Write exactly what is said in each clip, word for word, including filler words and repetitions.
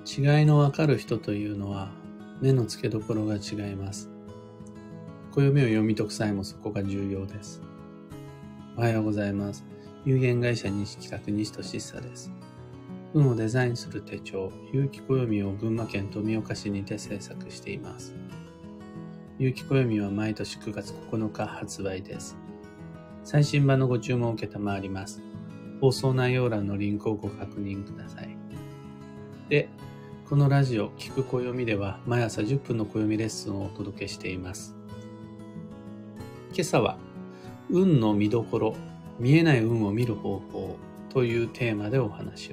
違いのわかる人というのは目の付けどころが違います。暦を読み解く際もそこが重要です。おはようございます。有限会社西企画西俊久です。運をデザインする手帳、有機暦を群馬県富岡市にて制作しています。有機暦は毎年くがつここのか発売です。最新版のご注文を受けたまわります。放送内容欄のリンクをご確認ください。で、このラジオ聞く暦では毎朝じゅっぷんの暦レッスンをお届けしています。今朝は運の見どころ、見えない運を見る方法というテーマでお話を。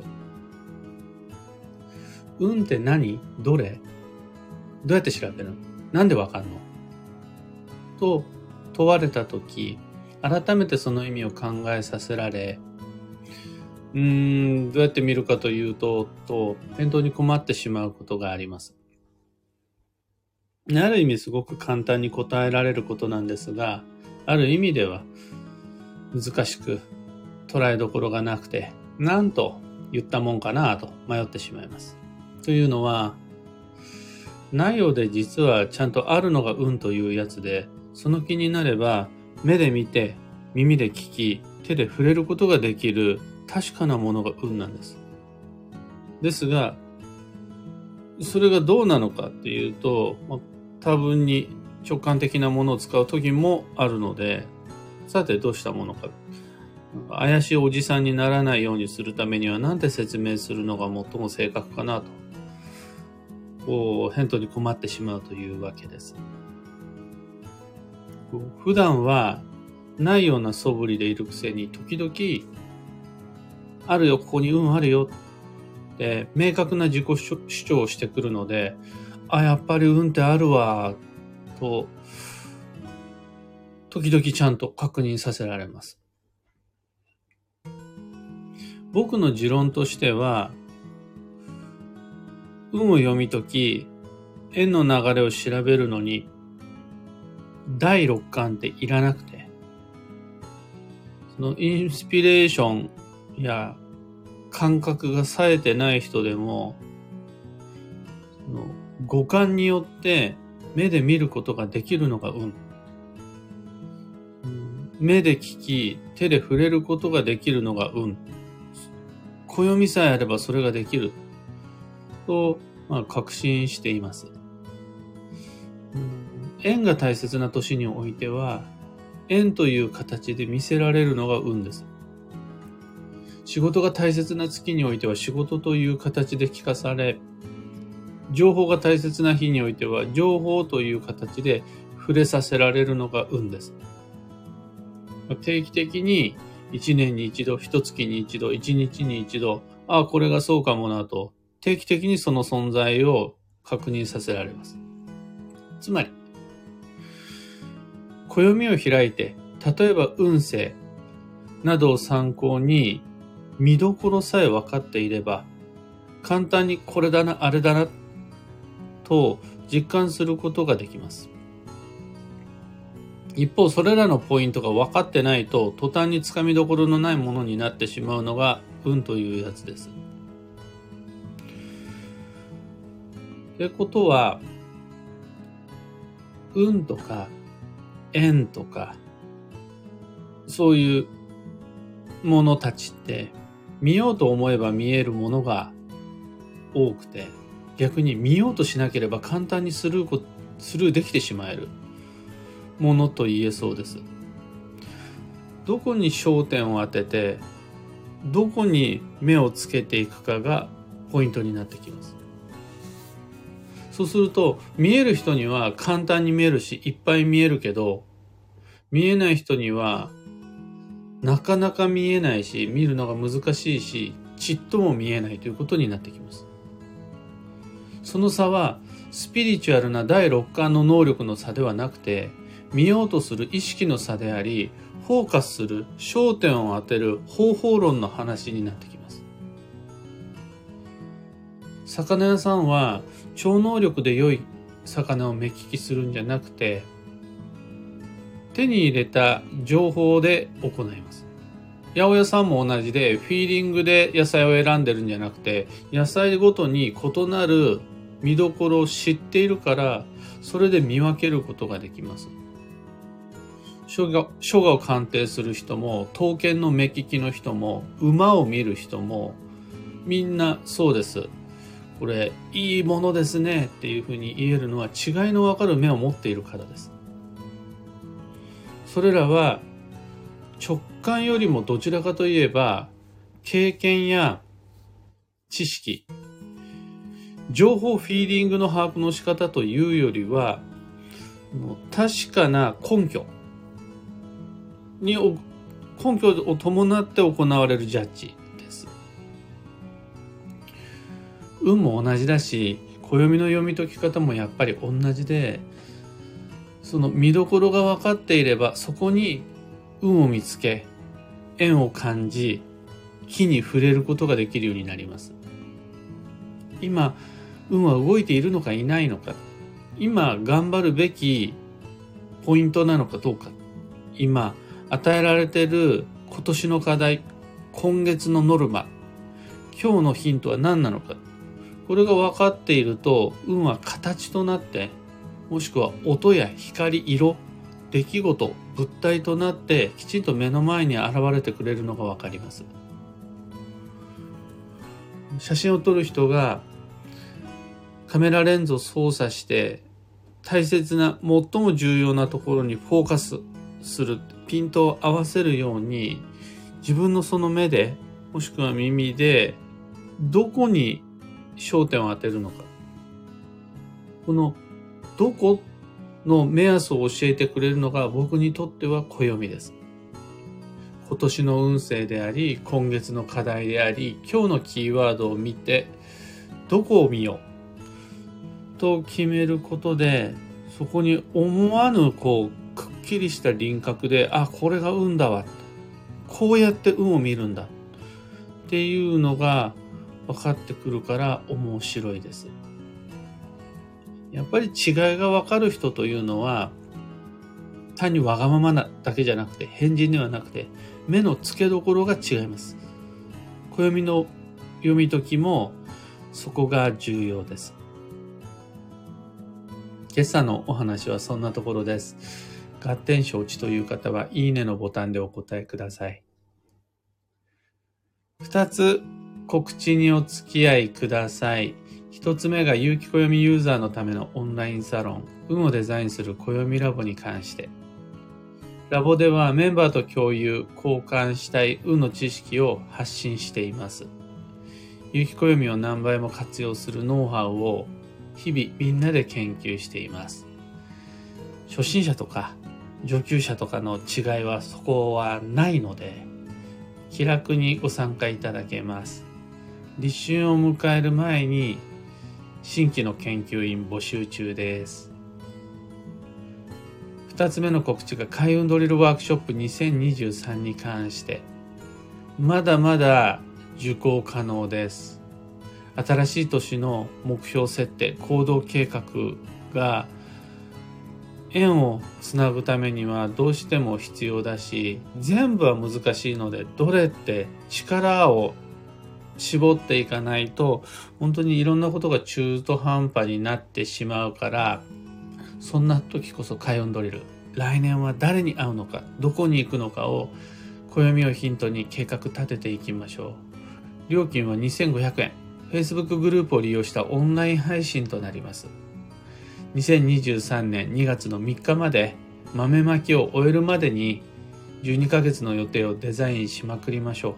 運って何？どれ？どうやって調べるの？なんでわかんの？と問われたとき、改めてその意味を考えさせられ、うーん、どうやって見るかというと、と、返答に困ってしまうことがあります。ある意味すごく簡単に答えられることなんですが、ある意味では難しく捉えどころがなくて、なんと言ったもんかなと迷ってしまいます。というのは、内容で実はちゃんとあるのが運というやつで、その気になれば目で見て、耳で聞き、手で触れることができる確かなものが運なんです。ですが、それがどうなのかっていうと、まあ、多分に直感的なものを使う時もあるので、さてどうしたものか。怪しいおじさんにならないようにするためには何て説明するのが最も正確かなと、こう返答に困ってしまうというわけです。普段はないような素振りでいるくせに時々あるよ、ここに運あるよって明確な自己主張をしてくるので、あ、やっぱり運ってあるわと時々ちゃんと確認させられます。僕の持論としては、運を読み解き、縁の流れを調べるのにだいろっかんっていらなくて、そのインスピレーションや感覚が冴えてない人でも、その五感によって目で見ることができるのが運。目で聞き、手で触れることができるのが運。暦さえあればそれができると、まあ、確信しています。縁が大切な年においては、縁という形で見せられるのが運です。仕事が大切な月においては仕事という形で聞かされ、情報が大切な日においては情報という形で触れさせられるのが運です。定期的にいちねんに一度、ひとつきに一度、いちにちに一度、ああ、これがそうかもなと、定期的にその存在を確認させられます。つまり、暦を開いて、例えば運勢などを参考に見どころさえ分かっていれば、簡単にこれだな、あれだな、と実感することができます。一方、それらのポイントが分かってないと、途端につかみどころのないものになってしまうのが運というやつです。ってことは、運とか縁とか、そういうものたちって、見ようと思えば見えるものが多くて、逆に見ようとしなければ簡単にスルーこ、スルーできてしまえるものと言えそうです。どこに焦点を当てて、どこに目をつけていくかがポイントになってきます。そうすると、見える人には簡単に見えるし、いっぱい見えるけど、見えない人にはなかなか見えないし、見るのが難しいし、ちっとも見えないということになってきます。その差はスピリチュアルなだいろっかんの能力の差ではなくて、見ようとする意識の差であり、フォーカスする、焦点を当てる方法論の話になってきます。魚屋さんは超能力で良い魚を目利きするんじゃなくて、手に入れた情報で行います。 八百屋さんも同じで、フィーリングで野菜を選んでるんじゃなくて、野菜ごとに異なる見どころを知っているから、それで見分けることができます。書画、書画を鑑定する人も、刀剣の目利きの人も、馬を見る人も、みんなそうです。これ、いいものですねっていうふうに言えるのは、違いのわかる目を持っているからです。それらは、直感よりもどちらかといえば、経験や知識、情報フィーリングの把握の仕方というよりは、確かな根拠に、根拠を伴って行われるジャッジです。運も同じだし、暦の読み解き方もやっぱり同じで、その見どころが分かっていれば、そこに運を見つけ、縁を感じ、気に触れることができるようになります。今、運は動いているのかいないのか、今頑張るべきポイントなのかどうか、今与えられている今年の課題、今月のノルマ、今日のヒントは何なのか、これが分かっていると、運は形となって、もしくは音や光、色、出来事、物体となってきちんと目の前に現れてくれるのが分かります。写真を撮る人がカメラレンズを操作して大切な最も重要なところにフォーカスする、ピントを合わせるように、自分のその目でもしくは耳でどこに焦点を当てるのか、このどこの目安を教えてくれるのが僕にとっては暦です。今年の運勢であり、今月の課題であり、今日のキーワードを見てどこを見ようと決めることで、そこに思わぬこうくっきりした輪郭で、あ、これが運だわ、こうやって運を見るんだっていうのが分かってくるから面白いです。やっぱり違いが分かる人というのは、単にわがままなだけじゃなくて、変人ではなくて、目の付けどころが違います。暦の読み解きもそこが重要です。今朝のお話はそんなところです。合点承知という方はいいねのボタンでお答えください。二つ告知にお付き合いください。一つ目が有機暦ユーザーのためのオンラインサロン、運をデザインする暦ラボに関して。ラボではメンバーと共有、交換したい運の知識を発信しています。有機暦を何倍も活用するノウハウを日々みんなで研究しています。初心者とか上級者とかの違いはそこはないので、気楽にご参加いただけます。立春を迎える前に新規の研究員募集中です。二つ目の告知が開運ドリルワークショップにせんにじゅうさんに関して、まだまだ受講可能です。新しい年の目標設定、行動計画が縁をつなぐためにはどうしても必要だし、全部は難しいので、どれって力を絞っていかないと本当にいろんなことが中途半端になってしまうから、そんな時こそ開運ドリル、来年は誰に会うのか、どこに行くのかを暦をヒントに計画立てていきましょう。料金はにせんごひゃくえん、 Facebook グループを利用したオンライン配信となります。にせんにじゅうさんねんにがつのみっかまで豆まきを終えるまでにじゅうにかげつの予定をデザインしまくりましょう。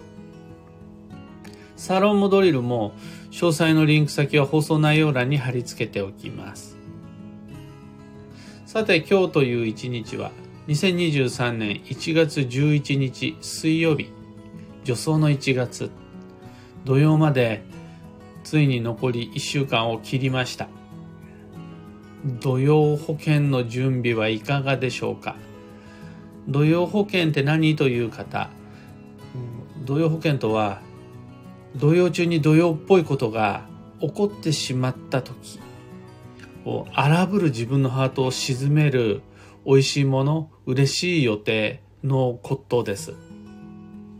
サロンもドリルも詳細のリンク先は放送内容欄に貼り付けておきます。さて、今日という一日はにせんにじゅうさんねんいちがつじゅういちにち水曜日、助走のいちがつ、土曜までついに残りいっしゅうかんを切りました。土曜保険の準備はいかがでしょうか。土曜保険って何という方、土曜保険とは土曜中に土曜っぽいことが起こってしまった時、荒ぶる自分のハートを鎮める美味しいもの、嬉しい予定のことです。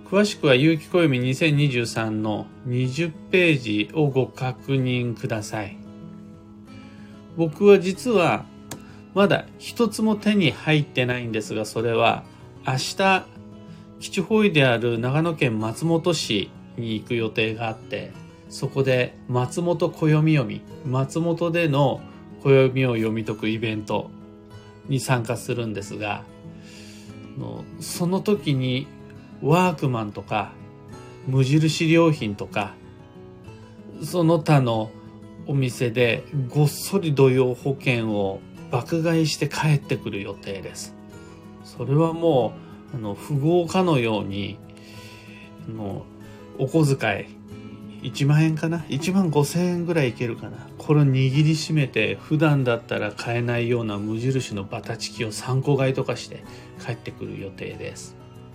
詳しくは有機暦にせんにじゅうさんのにじゅっページをご確認ください。僕は実はまだ一つも手に入ってないんですが、それは明日基地方位である長野県松本市に行く予定があって、そこで松本暦読み、松本での暦を読み解くイベントに参加するんですが、その時にワークマンとか無印良品とかその他のお店でごっそり土曜保険を爆買いして帰ってくる予定です。それはもうあの富豪かのようにあのお小遣いいちまんえんかな、いちまんごせんえんぐらいいけるかな、これを握りしめて普段だったら買えないような無印のバタチキをさんこ買いとかして帰ってくる予定です。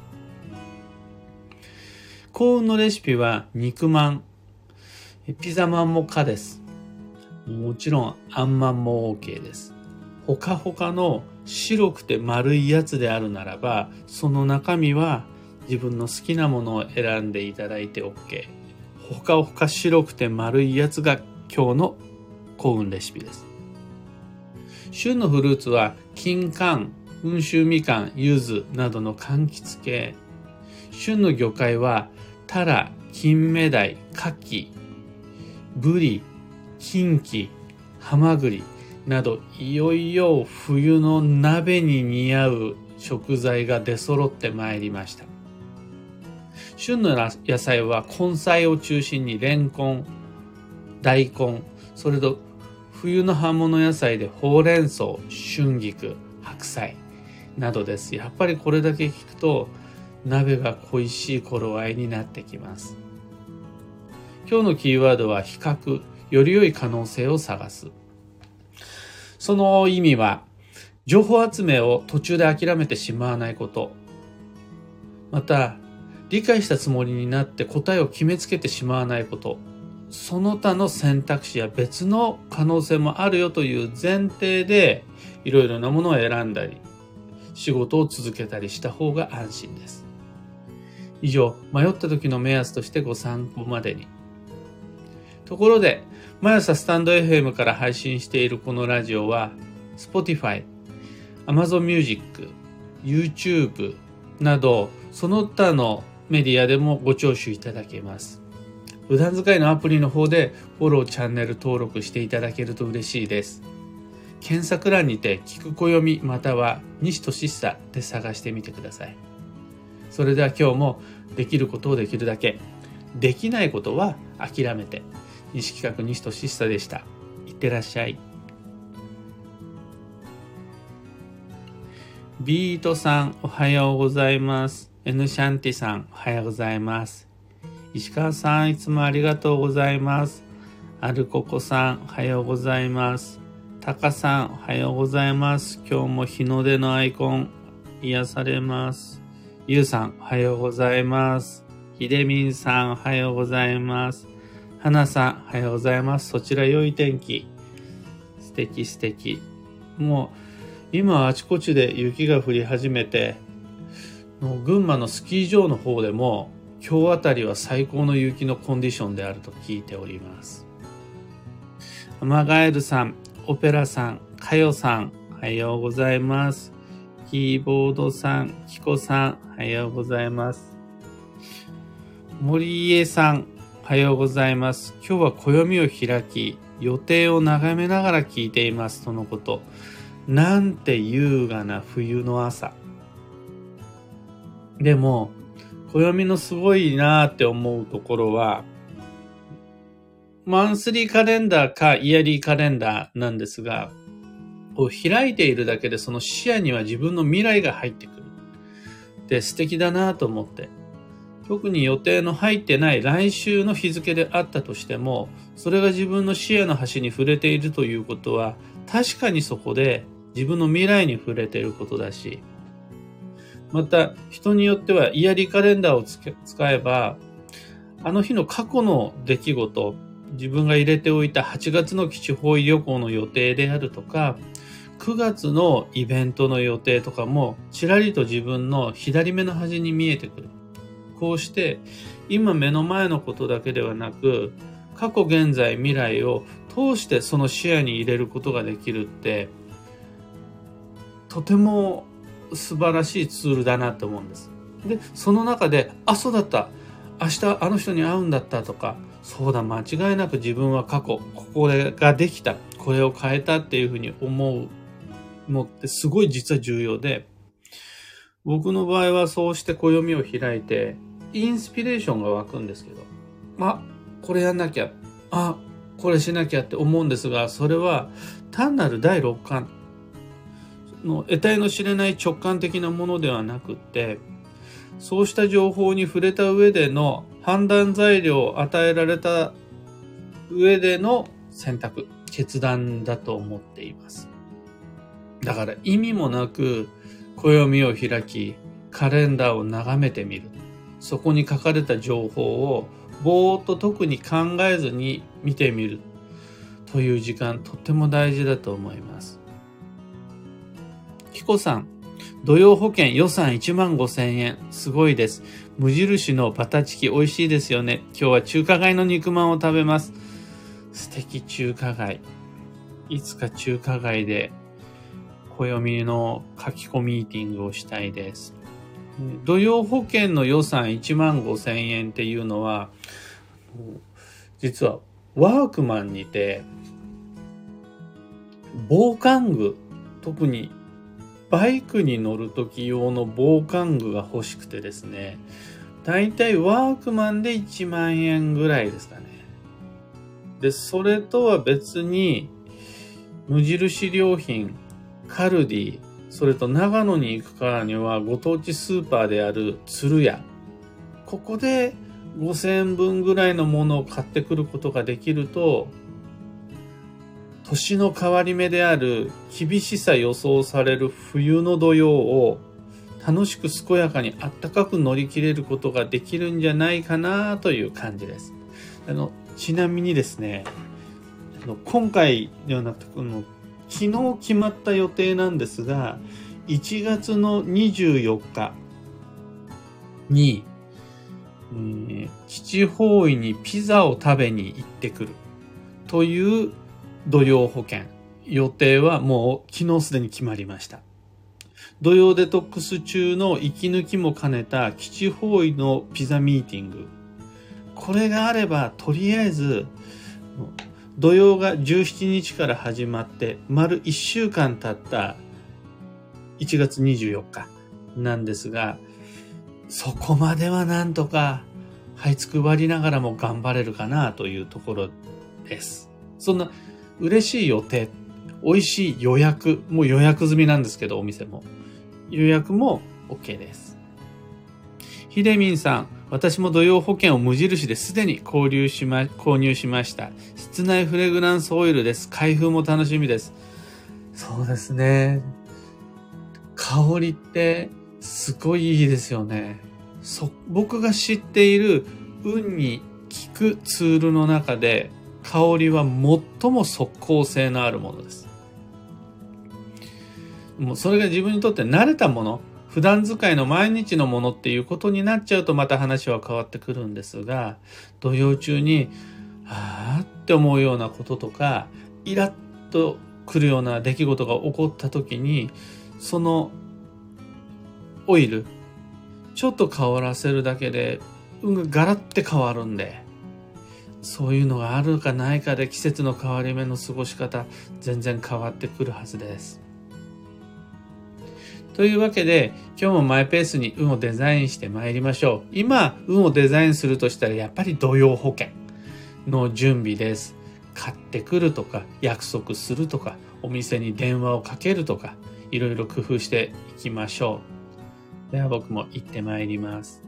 幸運のレシピは肉まん、ピザまんも可です。もちろんあんまんも OK です。ほかほかの白くて丸いやつであるならば、その中身は自分の好きなものを選んでいただいて OK。ほかほか白くて丸いやつが今日の幸運レシピです。旬のフルーツは金柑、温州みかん、柚子などの柑橘系。旬の魚介はタラ、金目鯛、カキ、ブリ、キンキ、ハマグリなど、いよいよ冬の鍋に似合う食材が出揃ってまいりました。旬の野菜は根菜を中心にレンコン、大根、それと冬の葉物野菜でほうれん草、春菊、白菜などです。やっぱりこれだけ聞くと鍋が恋しい頃合いになってきます。今日のキーワードは比較、より良い可能性を探す。その意味は、情報集めを途中で諦めてしまわないこと。また、理解したつもりになって答えを決めつけてしまわないこと。その他の選択肢や別の可能性もあるよという前提で、いろいろなものを選んだり、仕事を続けたりした方が安心です。以上、迷った時の目安としてご参考までに。ところで、毎朝スタンド エフエム から配信しているこのラジオは、Spotify、Amazon Music、YouTube など、その他のメディアでもご聴取いただけます。普段使いのアプリの方でフォロー、チャンネル登録していただけると嬉しいです。検索欄にて聞く暦または西俊久で探してみてください。それでは今日もできることをできるだけ、できないことは諦めて。西企画西俊久でした。いってらっしゃい。ビートさんおはようございます。エヌシャンティさんおはようございます。石川さんいつもありがとうございます。アルココさんおはようございます。タカさんおはようございます。今日も日の出のアイコン癒されます。ゆうさんおはようございます。ひでみんさんおはようございます。はなさんおはようございます。そちら良い天気。素敵素敵。もう今あちこちで雪が降り始めて、群馬のスキー場の方でも今日あたりは最高の雪のコンディションであると聞いております。アマガエルさん、オペラさん、カヨさんおはようございます。キーボードさん、キコさんおはようございます。森江さんおはようございます。今日は暦を開き、予定を眺めながら聞いていますとのこと。なんて優雅な冬の朝。でも、暦のすごいなーって思うところは、マンスリーカレンダーかイヤリーカレンダーなんですが、を開いているだけでその視野には自分の未来が入ってくる。で、素敵だなと思って。特に予定の入ってない来週の日付であったとしても、それが自分の視野の端に触れているということは、確かにそこで自分の未来に触れていることだし、また人によってはイヤリーカレンダーをつけ使えば、あの日の過去の出来事、自分が入れておいたはちがつの基地方位旅行の予定であるとか、くがつのイベントの予定とかもちらりと自分の左目の端に見えてくる。 こうして今目の前のことだけではなく、過去、現在、未来を通してその視野に入れることができるって、とても素晴らしいツールだなと思うんです。で、その中で、あ、そうだった。明日あの人に会うんだったとか、そうだ、間違いなく自分は過去、これができた、これを変えたっていうふうに思うのってすごい実は重要で、僕の場合はそうして暦を開いて、インスピレーションが湧くんですけど、あ、これやんなきゃ、あ、これしなきゃって思うんですが、それは単なる第六感の得体の知れない直感的なものではなくって、そうした情報に触れた上での判断材料を与えられた上での選択、決断だと思っています。だから意味もなく暦を開き、カレンダーを眺めてみる。そこに書かれた情報をぼーっと特に考えずに見てみるという時間、とっても大事だと思います。キコさん、土曜保険予算いちまんごせんえん。すごいです。無印のバタチキ美味しいですよね。今日は中華街の肉まんを食べます。素敵、中華街。いつか中華街で暦の書き込みミーティングをしたいです。土曜保険の予算いちまんごせんえんっていうのは、実はワークマンにて防寒具、特にバイクに乗る時用の防寒具が欲しくてですね、だいたいワークマンでいちまんえんぐらいですかね。で、それとは別に無印良品、カルディ、それと長野に行くからにはご当地スーパーである鶴屋、ここでごせんえんぶんぐらいのものを買ってくることができると、年の変わり目である厳しさ予想される冬の土曜を楽しく健やかにあったかく乗り切れることができるんじゃないかなという感じです。あのちなみにですね、あの今回ではなくて、この昨日決まった予定なんですが、いちがつのにじゅうよっかに、えー、父方位にピザを食べに行ってくるという土曜保険。予定はもう昨日すでに決まりました。土曜デトックス中の息抜きも兼ねた吉方位のピザミーティング。これがあれば、とりあえず、土曜がじゅうしちにちから始まって丸いっしゅうかん経ったいちがつにじゅうよっかなんですが、そこまではなんとか這いつくばりながらも頑張れるかなというところです。そんな嬉しい予定、美味しい予約、もう予約済みなんですけど、お店も予約も OK です。ひでみんさん、私も土曜保険を無印ですでに購入しま、購入しました。室内フレグランスオイルです。開封も楽しみです。そうですね。香りってすごいいいですよね。そ、僕が知っている運に効くツールの中で、香りは最も即効性のあるものです。もうそれが自分にとって慣れたもの、普段使いの毎日のものっていうことになっちゃうとまた話は変わってくるんですが、土曜中にあーって思うようなこととか、イラッとくるような出来事が起こった時に、そのオイルちょっと香らせるだけで運がガラッて変わるんで、そういうのがあるかないかで季節の変わり目の過ごし方全然変わってくるはずです。というわけで、今日もマイペースに運をデザインして参りましょう。今、運をデザインするとしたらやっぱり土曜保険の準備です。買ってくるとか、約束するとか、お店に電話をかけるとか、いろいろ工夫していきましょう。では僕も行って参ります。